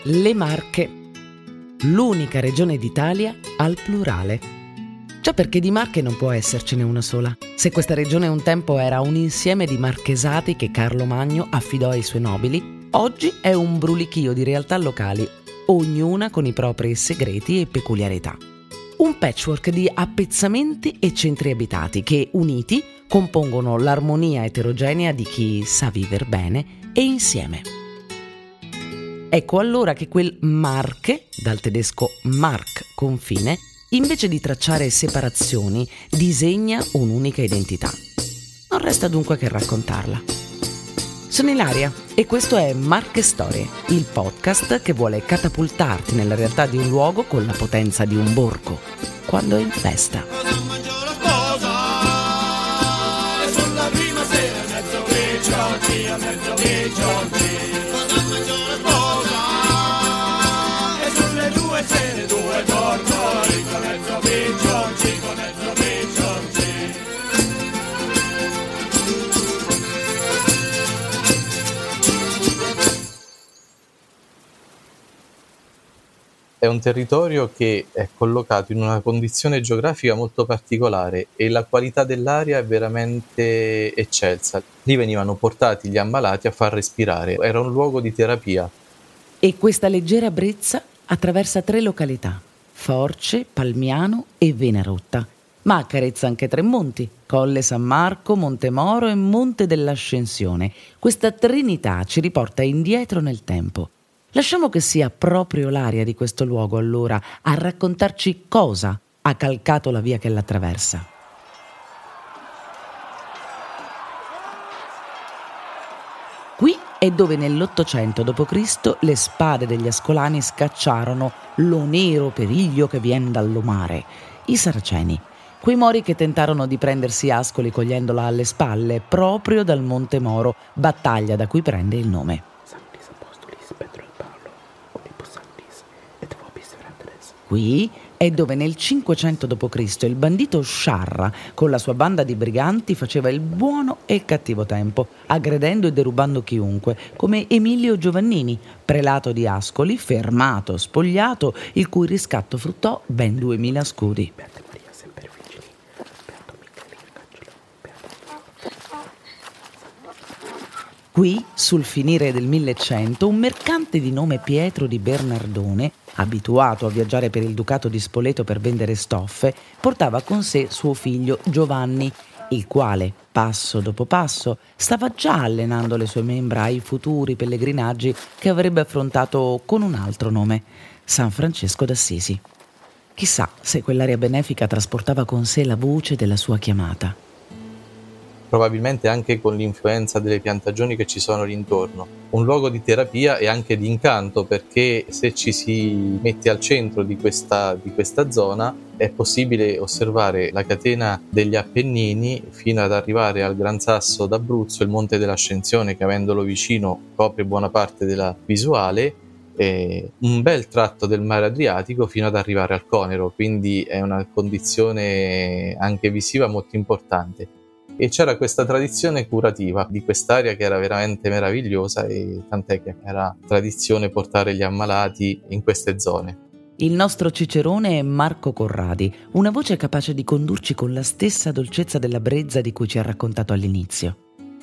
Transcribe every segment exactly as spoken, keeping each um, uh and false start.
Le Marche, l'unica regione d'Italia al plurale. Già perché di Marche non può essercene una sola. Se questa regione un tempo era un insieme di marchesati che Carlo Magno affidò ai suoi nobili, oggi è un brulichio di realtà locali, ognuna con i propri segreti e peculiarità. Un patchwork di appezzamenti e centri abitati che, uniti, compongono l'armonia eterogenea di chi sa viver bene e insieme. Ecco allora che quel Marche, dal tedesco Mark, confine, invece di tracciare separazioni, disegna un'unica identità. Non resta dunque che raccontarla. Sono Ilaria e questo è Marche Storie, il podcast che vuole catapultarti nella realtà di un luogo con la potenza di un borgo, quando è in festa. È un territorio che è collocato in una condizione geografica molto particolare e la qualità dell'aria è veramente eccelsa. Lì venivano portati gli ammalati a far respirare, era un luogo di terapia. E questa leggera brezza attraversa tre località: Force, Palmiano e Venarotta, ma accarezza anche tre monti: Colle San Marco, Montemoro e Monte dell'Ascensione. Questa trinità ci riporta indietro nel tempo. Lasciamo che sia proprio l'aria di questo luogo, allora, a raccontarci cosa ha calcato la via che l'attraversa. Qui è dove nell'Ottocento dopo Cristo le spade degli Ascolani scacciarono lo nero periglio che vien dall'omare, i Saraceni, quei mori che tentarono di prendersi Ascoli cogliendola alle spalle proprio dal Monte Moro, battaglia da cui prende il nome. Qui è dove nel cinquecento dopo Cristo il bandito Sciarra con la sua banda di briganti faceva il buono e il cattivo tempo, aggredendo e derubando chiunque, come Emilio Giovannini, prelato di Ascoli, fermato, spogliato, il cui riscatto fruttò ben duemila scudi. Qui, sul finire del millecento, un mercante di nome Pietro di Bernardone, abituato a viaggiare per il Ducato di Spoleto per vendere stoffe, portava con sé suo figlio Giovanni, il quale, passo dopo passo, stava già allenando le sue membra ai futuri pellegrinaggi che avrebbe affrontato con un altro nome, San Francesco d'Assisi. Chissà se quell'area benefica trasportava con sé la voce della sua chiamata. Probabilmente anche con l'influenza delle piantagioni che ci sono lì intorno. Un luogo di terapia e anche di incanto, perché se ci si mette al centro di questa, di questa zona è possibile osservare la catena degli Appennini fino ad arrivare al Gran Sasso d'Abruzzo, il Monte dell'Ascensione che avendolo vicino copre buona parte della visuale, e un bel tratto del mare Adriatico fino ad arrivare al Conero, quindi è una condizione anche visiva molto importante. E c'era questa tradizione curativa di quest'area che era veramente meravigliosa, e tant'è che era tradizione portare gli ammalati in queste zone. Il nostro cicerone è Marco Corradi, una voce capace di condurci con la stessa dolcezza della brezza di cui ci ha raccontato all'inizio.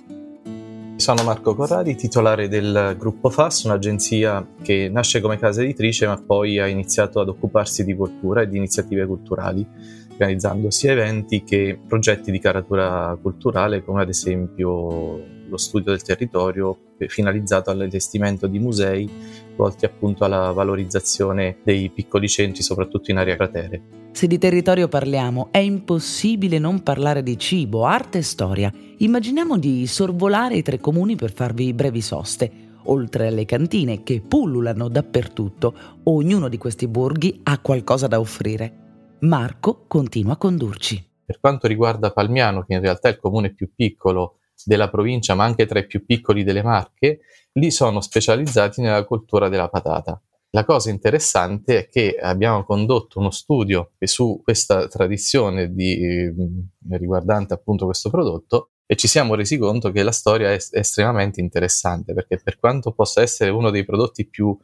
Sono Marco Corradi, titolare del Gruppo F A S, un'agenzia che nasce come casa editrice ma poi ha iniziato ad occuparsi di cultura e di iniziative culturali, organizzando sia eventi che progetti di caratura culturale, come ad esempio lo studio del territorio finalizzato all'allestimento di musei volti appunto alla valorizzazione dei piccoli centri, soprattutto in area cratere. Se di territorio parliamo, è impossibile non parlare di cibo, arte e storia. Immaginiamo di sorvolare i tre comuni per farvi brevi soste. Oltre alle cantine che pullulano dappertutto, ognuno di questi borghi ha qualcosa da offrire. Marco continua a condurci. Per quanto riguarda Palmiano, che in realtà è il comune più piccolo della provincia, ma anche tra i più piccoli delle Marche, lì sono specializzati nella coltura della patata. La cosa interessante è che abbiamo condotto uno studio su questa tradizione di, eh, riguardante appunto questo prodotto, e ci siamo resi conto che la storia è, è estremamente interessante, perché per quanto possa essere uno dei prodotti più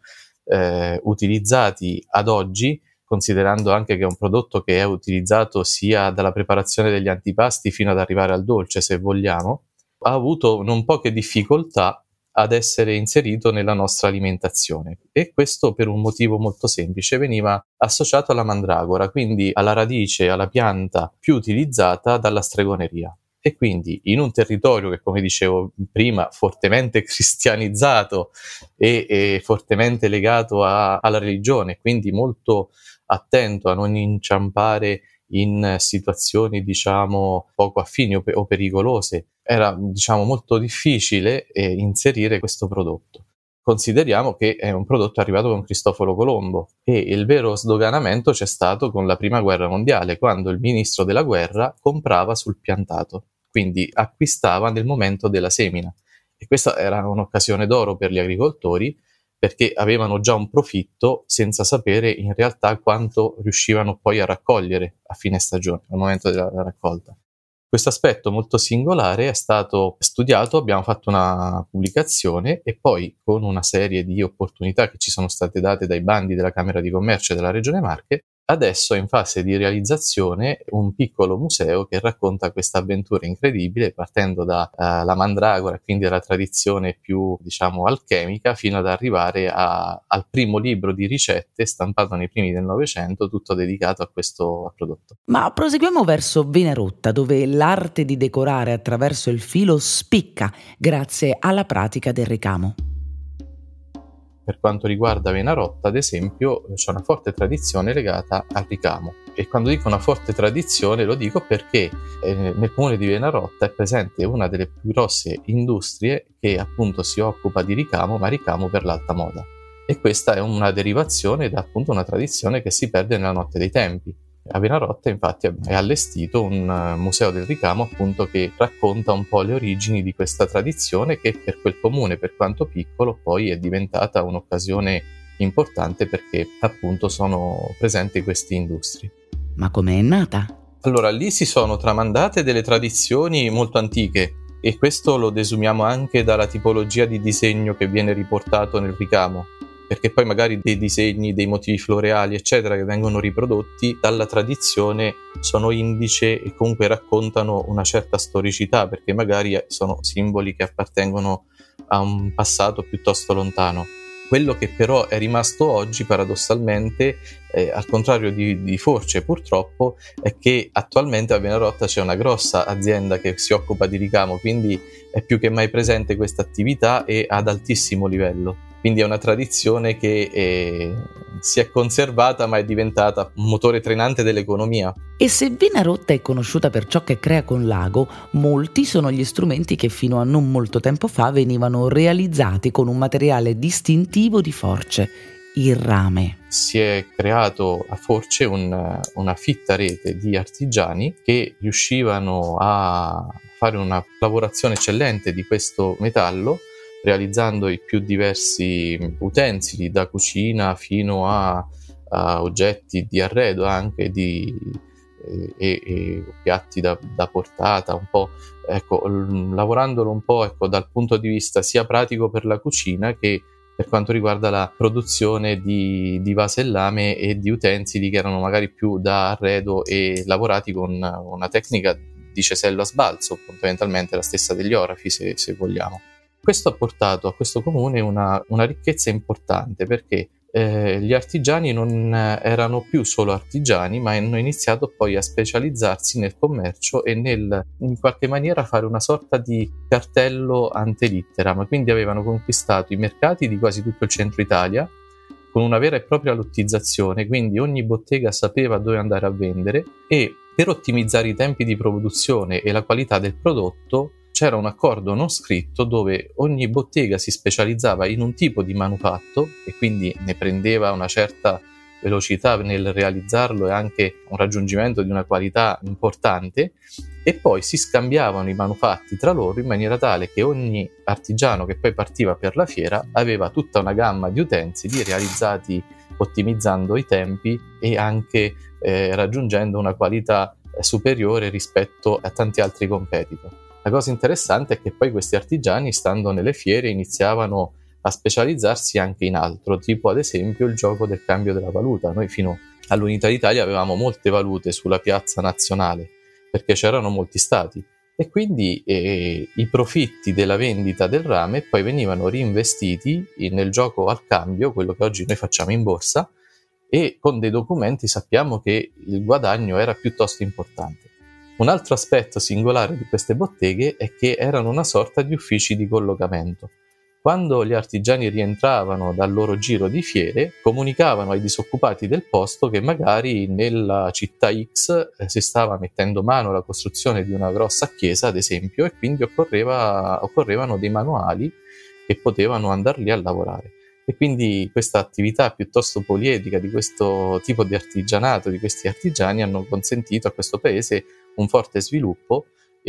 eh, utilizzati ad oggi, considerando anche che è un prodotto che è utilizzato sia dalla preparazione degli antipasti fino ad arrivare al dolce, se vogliamo, ha avuto non poche difficoltà ad essere inserito nella nostra alimentazione, e questo per un motivo molto semplice: veniva associato alla mandragora, quindi alla radice, alla pianta più utilizzata dalla stregoneria. E quindi in un territorio che, come dicevo prima, fortemente cristianizzato e, e fortemente legato a, alla religione, quindi molto attento a non inciampare in situazioni, diciamo, poco affini o, pe- o pericolose, era, diciamo, molto difficile eh, inserire questo prodotto. Consideriamo che è un prodotto arrivato con Cristoforo Colombo, e il vero sdoganamento c'è stato con la prima guerra mondiale, quando il ministro della guerra comprava sul piantato, quindi acquistava nel momento della semina, e questa era un'occasione d'oro per gli agricoltori, perché avevano già un profitto senza sapere in realtà quanto riuscivano poi a raccogliere a fine stagione, al momento della raccolta. Questo aspetto molto singolare è stato studiato, abbiamo fatto una pubblicazione, e poi, con una serie di opportunità che ci sono state date dai bandi della Camera di Commercio della Regione Marche, adesso è in fase di realizzazione un piccolo museo che racconta questa avventura incredibile, partendo dalla uh, mandragora, quindi dalla tradizione più, diciamo, alchemica, fino ad arrivare a, al primo libro di ricette stampato nei primi del Novecento, tutto dedicato a questo prodotto. Ma proseguiamo verso Venarotta, dove l'arte di decorare attraverso il filo spicca grazie alla pratica del ricamo. Per quanto riguarda Venarotta, ad esempio, c'è una forte tradizione legata al ricamo. E quando dico una forte tradizione lo dico perché eh, nel comune di Venarotta è presente una delle più grosse industrie che appunto si occupa di ricamo, ma ricamo per l'alta moda. E questa è una derivazione da appunto una tradizione che si perde nella notte dei tempi. A Venarotta infatti è allestito un museo del ricamo, appunto, che racconta un po' le origini di questa tradizione, che per quel comune, per quanto piccolo, poi è diventata un'occasione importante perché appunto sono presenti queste industrie. Ma com'è nata? Allora, lì si sono tramandate delle tradizioni molto antiche, e questo lo desumiamo anche dalla tipologia di disegno che viene riportato nel ricamo, perché poi magari dei disegni, dei motivi floreali, eccetera, che vengono riprodotti dalla tradizione sono indice e comunque raccontano una certa storicità, perché magari sono simboli che appartengono a un passato piuttosto lontano. Quello che però è rimasto oggi, paradossalmente, eh, al contrario di, di Force purtroppo, è che attualmente a Venarotta c'è una grossa azienda che si occupa di ricamo, quindi è più che mai presente questa attività e ad altissimo livello. Quindi è una tradizione che eh, si è conservata, ma è diventata un motore trainante dell'economia. E se Venarotta è conosciuta per ciò che crea con l'ago, molti sono gli strumenti che fino a non molto tempo fa venivano realizzati con un materiale distintivo di Force, il rame. Si è creato a Force un, una fitta rete di artigiani che riuscivano a fare una lavorazione eccellente di questo metallo, realizzando i più diversi utensili, da cucina fino a, a oggetti di arredo, anche di e, e piatti da, da portata, un po', ecco, lavorandolo un po', ecco, dal punto di vista sia pratico per la cucina che per quanto riguarda la produzione di, di vasellame e di utensili che erano magari più da arredo e lavorati con una tecnica di cesello a sbalzo, fondamentalmente la stessa degli orafi, se, se vogliamo. Questo ha portato a questo comune una, una ricchezza importante, perché eh, gli artigiani non erano più solo artigiani, ma hanno iniziato poi a specializzarsi nel commercio e nel, in qualche maniera, fare una sorta di cartello ante litteram. Quindi avevano conquistato i mercati di quasi tutto il centro Italia con una vera e propria lottizzazione, quindi ogni bottega sapeva dove andare a vendere, e per ottimizzare i tempi di produzione e la qualità del prodotto c'era un accordo non scritto dove ogni bottega si specializzava in un tipo di manufatto e quindi ne prendeva una certa velocità nel realizzarlo e anche un raggiungimento di una qualità importante, e poi si scambiavano i manufatti tra loro in maniera tale che ogni artigiano che poi partiva per la fiera aveva tutta una gamma di utensili realizzati ottimizzando i tempi e anche eh, raggiungendo una qualità superiore rispetto a tanti altri competitor. La cosa interessante è che poi questi artigiani, stando nelle fiere, iniziavano a specializzarsi anche in altro, tipo ad esempio il gioco del cambio della valuta. Noi fino all'Unità d'Italia avevamo molte valute sulla piazza nazionale perché c'erano molti stati e quindi eh, i profitti della vendita del rame poi venivano reinvestiti nel gioco al cambio, quello che oggi noi facciamo in borsa, e con dei documenti sappiamo che il guadagno era piuttosto importante. Un altro aspetto singolare di queste botteghe è che erano una sorta di uffici di collocamento. Quando gli artigiani rientravano dal loro giro di fiere, comunicavano ai disoccupati del posto che magari nella città X eh, si stava mettendo mano alla costruzione di una grossa chiesa, ad esempio, e quindi occorreva, occorrevano dei manuali che potevano andare lì a lavorare. E quindi questa attività piuttosto poliedrica di questo tipo di artigianato, di questi artigiani, hanno consentito a questo paese un forte sviluppo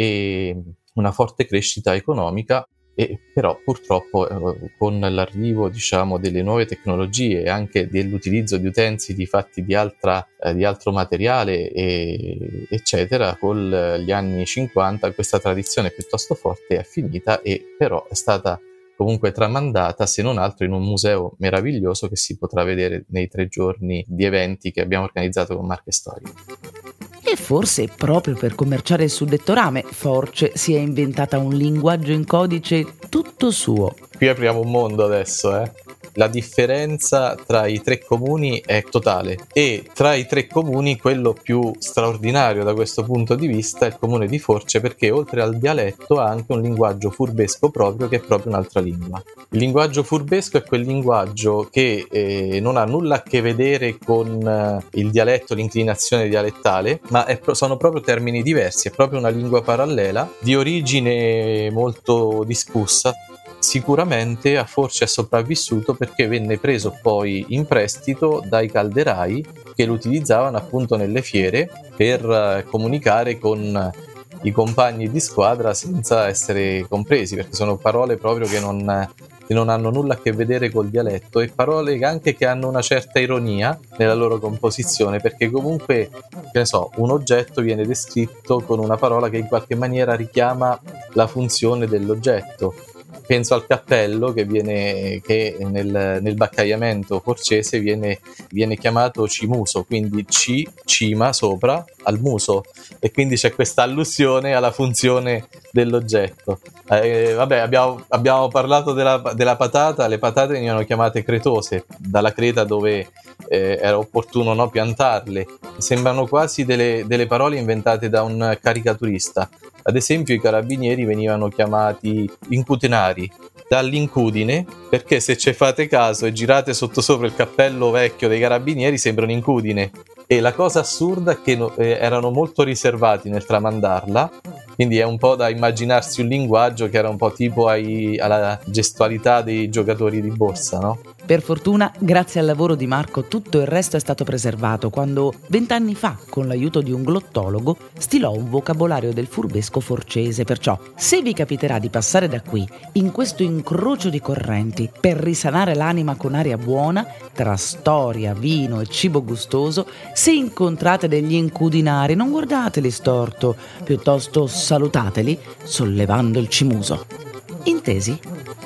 e una forte crescita economica. E però purtroppo eh, con l'arrivo, diciamo, delle nuove tecnologie e anche dell'utilizzo di utensili fatti di, altra, eh, di altro materiale e, eccetera, con gli anni cinquanta questa tradizione piuttosto forte è finita e però è stata comunque tramandata, se non altro in un museo meraviglioso che si potrà vedere nei tre giorni di eventi che abbiamo organizzato con Marche Storie. E forse proprio per commerciare il suddetto rame, Force si è inventata un linguaggio in codice tutto suo. Qui apriamo un mondo adesso, eh. La differenza tra i tre comuni è totale e tra i tre comuni quello più straordinario da questo punto di vista è il comune di Force, perché oltre al dialetto ha anche un linguaggio furbesco proprio, che è proprio un'altra lingua. Il linguaggio furbesco è quel linguaggio che eh, non ha nulla a che vedere con eh, il dialetto, l'inclinazione dialettale, ma è pro- sono proprio termini diversi, è proprio una lingua parallela di origine molto discussa. Sicuramente a Force è sopravvissuto perché venne preso poi in prestito dai calderai che lo utilizzavano appunto nelle fiere per eh, comunicare con i compagni di squadra senza essere compresi, perché sono parole proprio che non, che non hanno nulla a che vedere col dialetto e parole anche che hanno una certa ironia nella loro composizione, perché comunque, che ne so, un oggetto viene descritto con una parola che in qualche maniera richiama la funzione dell'oggetto. Penso al cappello che viene che nel, nel baccaiamento forcese viene, viene chiamato cimuso, quindi ci, cima sopra al muso, e quindi c'è questa allusione alla funzione dell'oggetto. Eh, vabbè, abbiamo, abbiamo parlato della, della patata. Le patate venivano chiamate cretose, dalla creta dove eh, era opportuno, no, piantarle. Sembrano quasi delle, delle parole inventate da un caricaturista. Ad esempio i carabinieri venivano chiamati incutinari, dall'incudine, perché se ci fate caso e girate sottosopra il cappello vecchio dei carabinieri sembra un'incudine. E la cosa assurda è che no, eh, erano molto riservati nel tramandarla, quindi è un po' da immaginarsi un linguaggio che era un po' tipo ai, alla gestualità dei giocatori di borsa, no? Per fortuna, grazie al lavoro di Marco, tutto il resto è stato preservato quando, vent'anni fa, con l'aiuto di un glottologo, stilò un vocabolario del furbesco forcese. Perciò, se vi capiterà di passare da qui, in questo incrocio di correnti, per risanare l'anima con aria buona, tra storia, vino e cibo gustoso, se incontrate degli incudinari, non guardateli storto, piuttosto salutateli sollevando il cimuso. Intesi?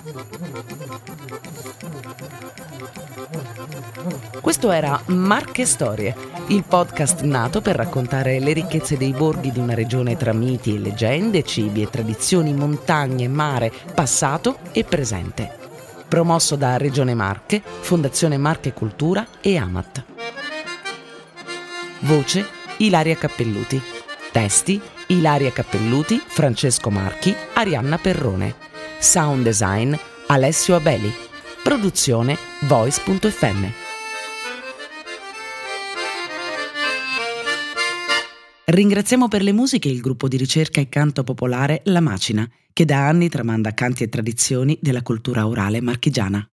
Questo era Marche Storie, il podcast nato per raccontare le ricchezze dei borghi di una regione tra miti e leggende, cibi e tradizioni, montagne, mare, passato e presente. Promosso da Regione Marche, Fondazione Marche Cultura e Amat. Voce Ilaria Cappelluti. Testi Ilaria Cappelluti, Francesco Marchi, Arianna Perrone. Sound design Alessio Abeli. Produzione voice punto effe emme. Ringraziamo per le musiche il gruppo di ricerca e canto popolare La Macina, che da anni tramanda canti e tradizioni della cultura orale marchigiana.